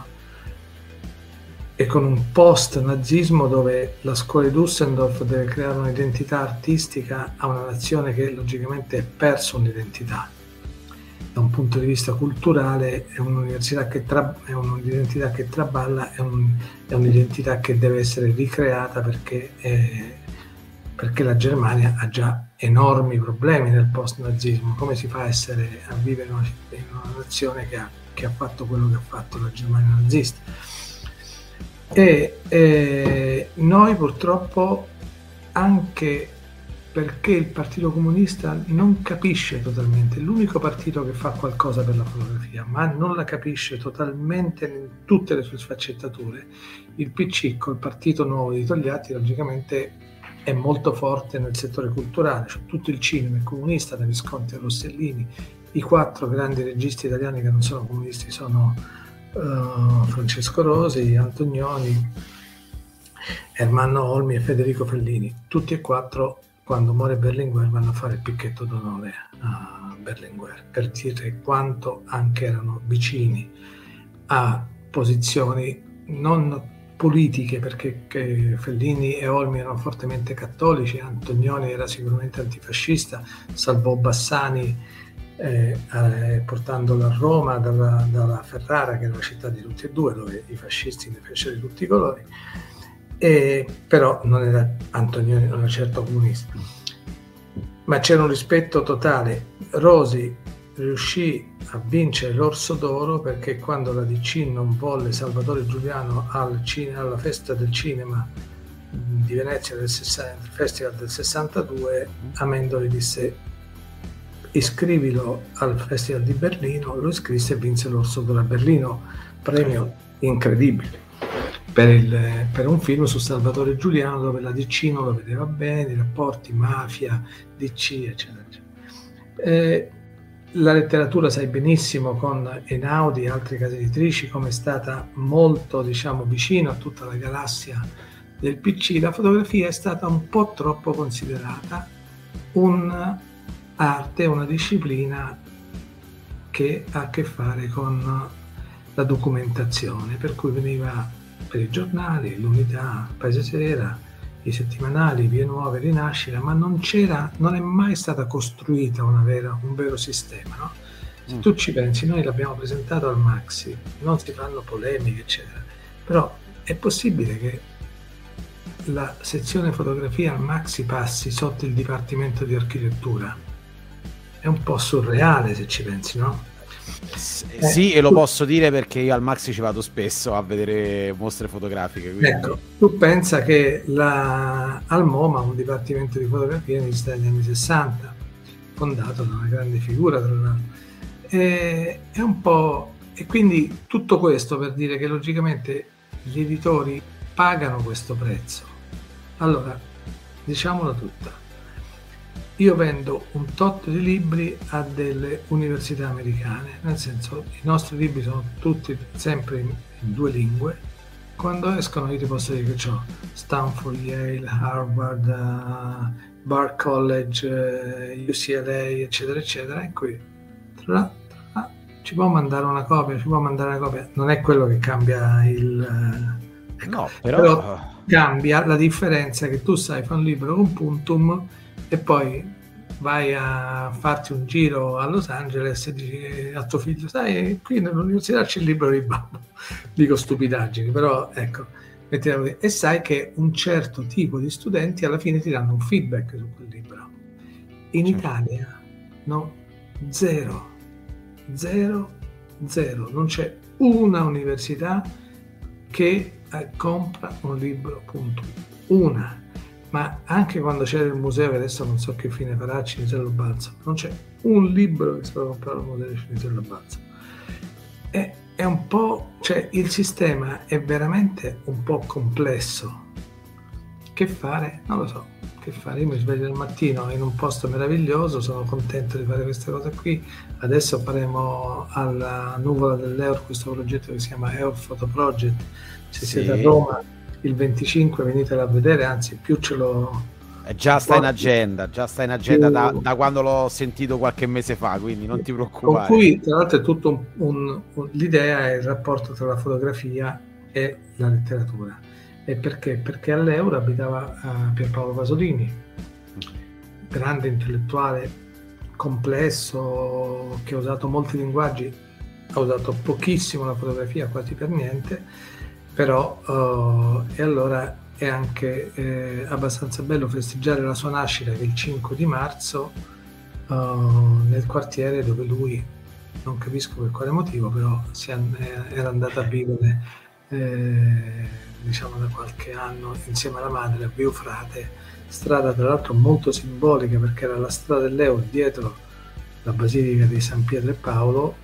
e con un post-nazismo dove la scuola di Düsseldorf deve creare un'identità artistica a una nazione che logicamente ha perso un'identità. Da un punto di vista culturale è un'università che tra, è un'identità che traballa, è, un, è un'identità che deve essere ricreata perché, è, perché la Germania ha già enormi problemi nel post-nazismo. Come si fa a, essere, a vivere in una, in una nazione che ha, che ha fatto quello che ha fatto la Germania nazista? E eh, noi purtroppo, anche perché il Partito Comunista non capisce totalmente, è l'unico partito che fa qualcosa per la fotografia, ma non la capisce totalmente in tutte le sue sfaccettature. Il P C, col partito nuovo di Togliatti, logicamente è molto forte nel settore culturale, cioè tutto il cinema è comunista, da Visconti a Rossellini. I quattro grandi registi italiani che non sono comunisti sono uh, Francesco Rosi, Antonioni, Ermanno Olmi e Federico Fellini. Tutti e quattro, quando muore Berlinguer, vanno a fare il picchetto d'onore a Berlinguer, per dire quanto anche erano vicini a posizioni non politiche, perché Fellini e Olmi erano fortemente cattolici, Antonioni era sicuramente antifascista, salvò Bassani eh, eh, portandolo a Roma dalla, dalla Ferrara, che era la città di tutti e due, dove i fascisti ne fecero di tutti i colori. E, però non era Antonioni, non era certo comunista, ma c'era un rispetto totale. Rosi riuscì a vincere l'Orso d'Oro perché quando la D C non volle Salvatore Giuliano al cine, alla festa del cinema di Venezia del sessanta, Festival del sessantadue, Amendoli disse iscrivilo al Festival di Berlino, lo iscrisse e vinse l'Orso d'Oro a Berlino, premio incredibile per, il, per un film su Salvatore Giuliano, dove la D C non lo vedeva bene, i rapporti mafia, D C, eccetera, eccetera. Eh, la letteratura, sai benissimo, con Einaudi e altre case editrici, come è stata molto, diciamo, vicino a tutta la galassia del P C. La fotografia è stata un po' troppo considerata un'arte, una disciplina che ha a che fare con la documentazione, per cui veniva per i giornali, l'Unità, Paese Sera, i settimanali, Vie Nuove, Rinascita, ma non c'era, non è mai stata costruita una vera, un vero sistema, no? Se tu ci pensi, noi l'abbiamo presentato al Maxi, non si fanno polemiche, eccetera, però è possibile che la sezione fotografia al Maxi passi sotto il Dipartimento di Architettura? È un po' surreale se ci pensi, no? Eh, sì, e lo tu... posso dire perché io al Maxi ci vado spesso a vedere mostre fotografiche. Quindi... Ecco, tu pensa che la... al MoMA, un dipartimento di fotografia, esiste negli anni sessanta, fondato da una grande figura, tra l'altro. E... è un po'... E quindi tutto questo per dire che logicamente gli editori pagano questo prezzo. Allora, diciamola tutta. Io vendo un tot di libri a delle università americane, nel senso, i nostri libri sono tutti sempre in, in due lingue. Quando escono io ti posso dire che ho Stanford, Yale, Harvard, uh, Bard College, uh, U C L A, eccetera, eccetera, e qui tra, tra, ci può mandare una copia, ci può mandare una copia, non è quello che cambia il... Uh, ecco, no, però... però cambia la differenza che tu sai fare un libro con Puntum e poi vai a farti un giro a Los Angeles e dici a tuo figlio, sai, qui nell'università c'è il libro di Babbo. Dico stupidaggini, però ecco, e sai che un certo tipo di studenti alla fine ti danno un feedback su quel libro. In certo. Italia no, zero, zero, zero, non c'è una università che eh, compra un libro, punto. una, ma anche quando c'era il museo, che adesso non so che fine farà, Cinisello Balzo, non c'è un libro che si può comprare al museo di Cinisello Balzo. È, è un po', cioè il sistema è veramente un po' complesso. Che fare? Non lo so. Che fare? Io mi sveglio al mattino in un posto meraviglioso, sono contento di fare queste cose qui. Adesso faremo alla Nuvola dell'Eur questo progetto che si chiama Eur Photo Project. Se sì. siete a Roma il venticinque venitela a vedere, anzi più ce lo... È già sta in agenda, già sta in agenda più... da, da quando l'ho sentito qualche mese fa, quindi non ti preoccupare. Con cui tra l'altro è tutto un, un, un, l'idea è il rapporto tra la fotografia e la letteratura. E perché? Perché all'Eur abitava uh, Pierpaolo Pasolini, grande intellettuale, complesso, che ha usato molti linguaggi, ha usato pochissimo la fotografia, quasi per niente, però uh, e allora è anche eh, abbastanza bello festeggiare la sua nascita, che è il cinque di marzo, uh, nel quartiere dove lui, non capisco per quale motivo, però si è, era andato a vivere eh, diciamo da qualche anno insieme alla madre a Beufrate, strada tra l'altro molto simbolica perché era la strada dell'Eur dietro la Basilica di San Pietro e Paolo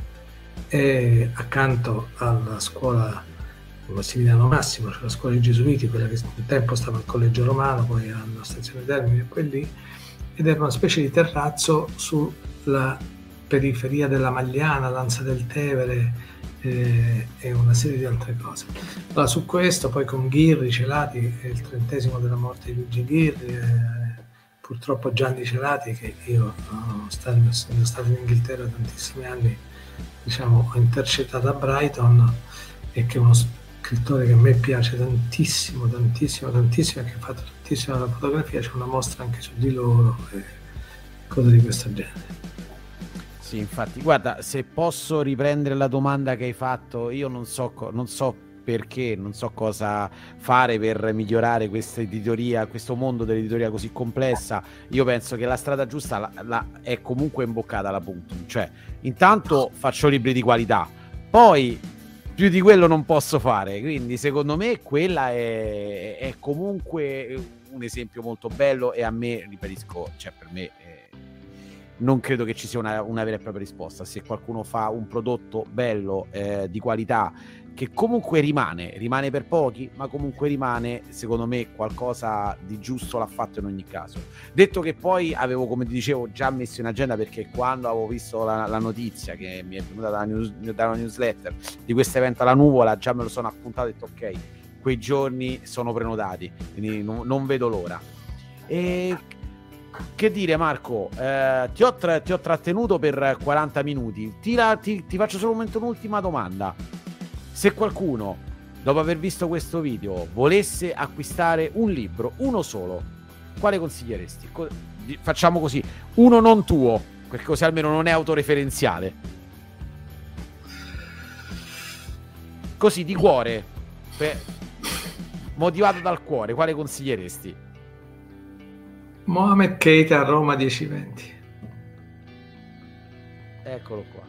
e accanto alla scuola Massimiliano Massimo, cioè la scuola dei Gesuiti, quella che un tempo stava al Collegio Romano, poi alla Stazione Termini e poi lì, ed era una specie di terrazzo sulla periferia della Magliana, Lanza del Tevere eh, e una serie di altre cose. Allora, su questo poi con Ghirri, Celati, è il trentesimo della morte di Luigi Ghirri, eh, purtroppo Gianni Celati, che io oh, stando, essendo stato in Inghilterra tantissimi anni, diciamo, ho intercettato a Brighton, e che è uno scrittore che a me piace tantissimo, tantissimo, tantissimo, che ha fatto tantissimo la fotografia. C'è una mostra anche su di loro e cose di questo genere. Sì, infatti, guarda, se posso riprendere la domanda che hai fatto, io non so, non so perché, non so cosa fare per migliorare questa editoria, questo mondo dell'editoria così complessa. Io penso che la strada giusta la, la, è comunque imboccata la Punctum, cioè intanto faccio libri di qualità, poi più di quello non posso fare, quindi secondo me quella è, è comunque un esempio molto bello, e a me, ripetisco, cioè per me eh, non credo che ci sia una, una vera e propria risposta. Se qualcuno fa un prodotto bello, eh, di qualità, che comunque rimane, rimane per pochi, ma comunque rimane, secondo me qualcosa di giusto l'ha fatto in ogni caso. Detto che poi avevo, come ti dicevo, già messo in agenda, perché quando avevo visto la, la notizia che mi è venuta dalla, news, dalla newsletter di questo evento alla Nuvola, già me lo sono appuntato e ho detto ok, quei giorni sono prenotati, quindi non, non vedo l'ora. E che dire, Marco, eh, ti, ho tra- ti ho trattenuto per quaranta minuti, ti, la, ti, ti faccio solamente un'ultima domanda. Se qualcuno, dopo aver visto questo video, volesse acquistare un libro, uno solo, quale consiglieresti? Co- facciamo così, uno non tuo, perché così almeno non è autoreferenziale. Così, di cuore, per... motivato dal cuore, quale consiglieresti? Mohamed Keita, Roma dieci venti. Eccolo qua.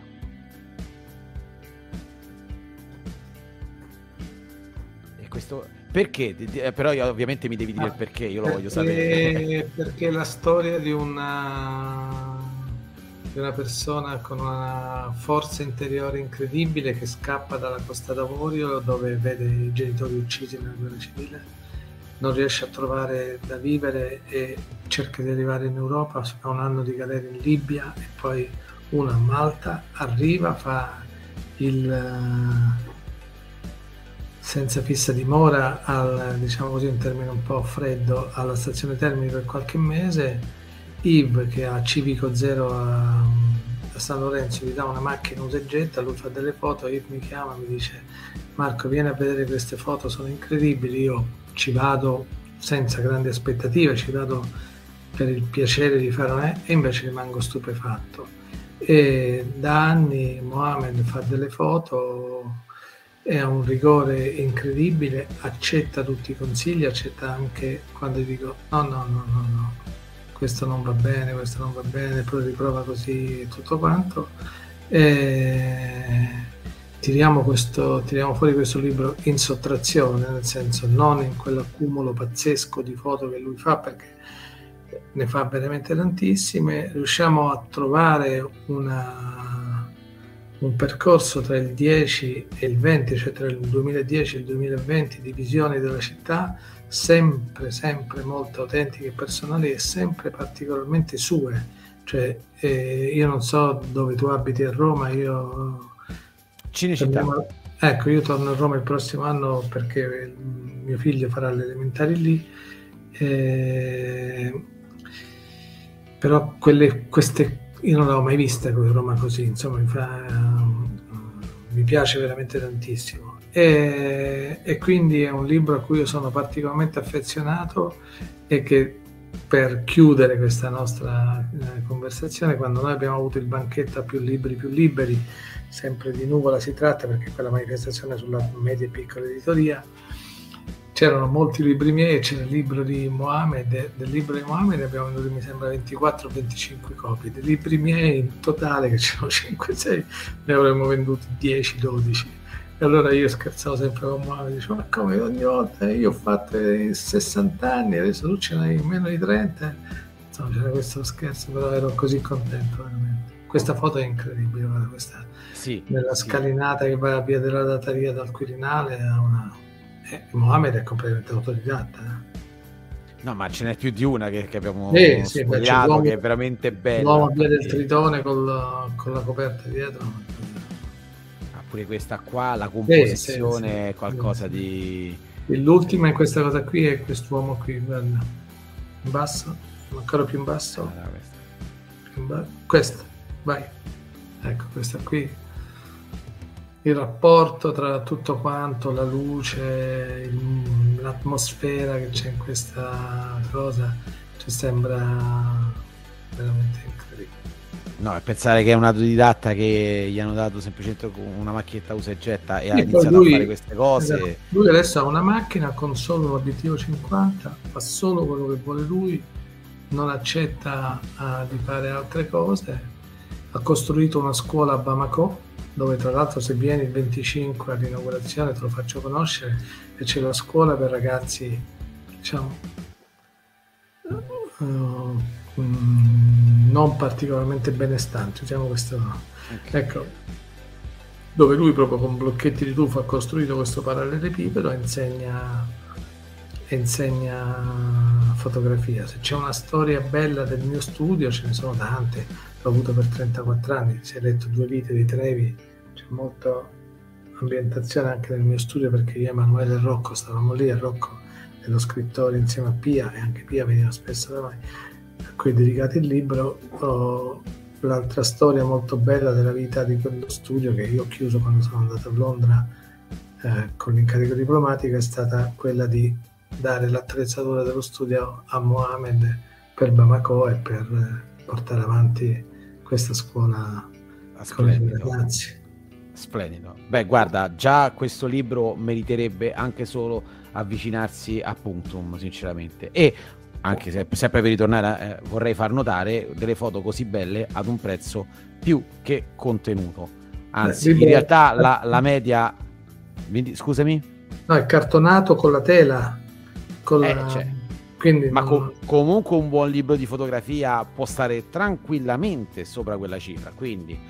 Questo perché? Però io, ovviamente mi devi dire ah, il perché, io lo voglio sapere. Perché è la storia di una di una persona con una forza interiore incredibile che scappa dalla Costa d'Avorio, dove vede i genitori uccisi nella guerra civile, non riesce a trovare da vivere e cerca di arrivare in Europa, fa un anno di galera in Libia e poi una a Malta, arriva, fa il senza fissa dimora, al, diciamo così, un termine un po' freddo, alla stazione Termini per qualche mese. Yves, che ha Civico Zero a, a San Lorenzo, gli dà una macchina usa e getta, lui fa delle foto, Yves mi chiama, mi dice: Marco, vieni a vedere queste foto, sono incredibili. Io ci vado senza grandi aspettative, ci vado per il piacere di fare una... e invece rimango stupefatto. E da anni Mohamed fa delle foto, ha un rigore incredibile, accetta tutti i consigli, accetta anche quando gli dico no no no no no questo non va bene, questo non va bene, poi riprova così e tutto quanto, e, tiriamo, questo, tiriamo fuori questo libro in sottrazione, nel senso non in quell'accumulo pazzesco di foto che lui fa, perché ne fa veramente tantissime, riusciamo a trovare una, un percorso tra il dieci e il venti, cioè tra il duemiladieci e il duemilaventi, di visioni della città, sempre, sempre molto autentiche e personali e sempre particolarmente sue. Cioè, eh, io non so dove tu abiti a Roma, io... Cinecittà. Ecco, io torno a Roma il prossimo anno perché mio figlio farà le elementari lì, eh, però quelle, queste io non l'avevo mai vista come Roma così, insomma mi, fa, mi piace veramente tantissimo e, e quindi è un libro a cui io sono particolarmente affezionato e che, per chiudere questa nostra eh, conversazione, quando noi abbiamo avuto il banchetto a Più Libri Più Liberi, sempre di Nuvola si tratta, perché quella manifestazione sulla media e piccola editoria, c'erano molti libri miei e c'era il libro di Mohamed. Del libro di Mohamed abbiamo venduto mi sembra ventiquattro venticinque copie, dei libri miei in totale, che c'erano cinque sei, ne avremmo venduti dieci dodici. E allora io scherzavo sempre con Mohamed, dicevo, ma come ogni volta io ho fatto sessanta anni, adesso tu ce n'hai meno di trenta, insomma c'era questo scherzo, però ero così contento veramente. Questa foto è incredibile, guarda, questa sì, nella sì. scalinata che va a Via della Dattaria dal Quirinale, a una... eh, Mohamed è completamente autodidatta. Eh. No, ma ce n'è più di una che, che abbiamo eh, sì, studiato, beh, che è veramente bella. L'uomo a Via del Tritone col, con la coperta dietro. Pure questa qua, la composizione sì, sì, sì, è qualcosa sì. di... L'ultima in questa cosa qui è quest'uomo qui, guarda, in basso, ancora più in basso. Ah, questa. Più in ba- questa, vai. Ecco, questa qui. Il rapporto tra tutto quanto, la luce, il, l'atmosfera che c'è in questa cosa, ci sembra veramente incredibile. No, e pensare che è un autodidatta che gli hanno dato semplicemente una macchinetta usa e getta e sì, ha iniziato lui, a fare queste cose. Esatto. Lui adesso ha una macchina con solo un obiettivo cinquanta, fa solo quello che vuole lui, non accetta uh, di fare altre cose. Ha costruito una scuola a Bamako, dove tra l'altro se vieni il venticinque all'inaugurazione te lo faccio conoscere, e c'è la scuola per ragazzi, diciamo, uh, um, non particolarmente benestanti, usiamo questo, okay. Ecco, dove lui proprio con blocchetti di tufo ha costruito questo parallelepipedo e insegna, insegna fotografia. Se c'è una storia bella del mio studio, ce ne sono tante, l'ho avuto per trentaquattro anni, si è letto Due vite di Trevi, c'è molta ambientazione anche nel mio studio, perché io, Emanuele e Rocco stavamo lì, e Rocco è lo scrittore insieme a Pia, e anche Pia veniva spesso da noi, a cui è dedicato il libro. Oh, l'altra storia molto bella della vita di quello studio, che io ho chiuso quando sono andato a Londra eh, con l'incarico diplomatico, è stata quella di dare l'attrezzatura dello studio a Mohamed per Bamako e per portare avanti questa scuola con i ragazzi. Splendido. Beh, guarda, già questo libro meriterebbe anche solo avvicinarsi a Punctum, sinceramente. E anche se sempre per ritornare, eh, vorrei far notare delle foto così belle ad un prezzo più che contenuto. Anzi, Beh, in realtà la, la media... Scusami? No, è cartonato con la tela. Con eh, la... Cioè, Quindi ma non... com- comunque un buon libro di fotografia può stare tranquillamente sopra quella cifra, quindi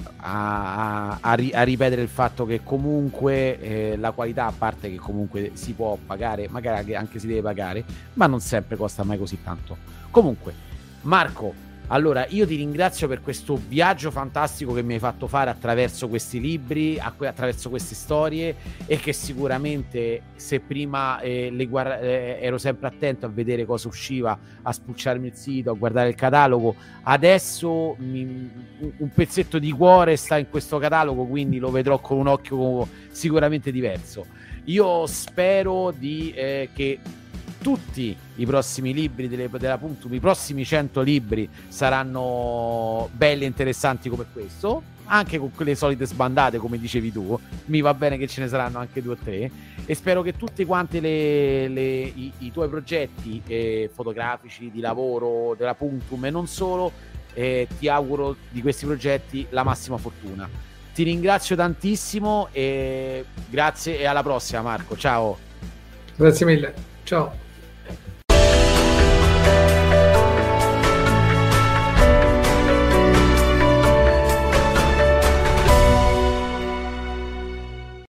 a, a, a, ri- a ripetere il fatto che comunque eh, la qualità, a parte che comunque si può pagare, magari anche si deve pagare, ma non sempre costa mai così tanto. Comunque, Marco, allora io ti ringrazio per questo viaggio fantastico che mi hai fatto fare attraverso questi libri, attraverso queste storie, e che sicuramente, se prima eh, le guarda- eh, ero sempre attento a vedere cosa usciva, a spulciarmi il sito, a guardare il catalogo, adesso mi, un pezzetto di cuore sta in questo catalogo, quindi lo vedrò con un occhio sicuramente diverso. Io spero di eh, che tutti i prossimi libri delle, della Punctum, i prossimi cento libri saranno belli e interessanti come questo, anche con quelle solite sbandate come dicevi tu. Mi va bene che ce ne saranno anche due o tre, e spero che tutti quanti le, le, i, i tuoi progetti eh, fotografici, di lavoro della Punctum e non solo, eh, ti auguro di questi progetti la massima fortuna. ti ringrazio tantissimo e grazie e alla prossima Marco, ciao. Grazie mille, ciao.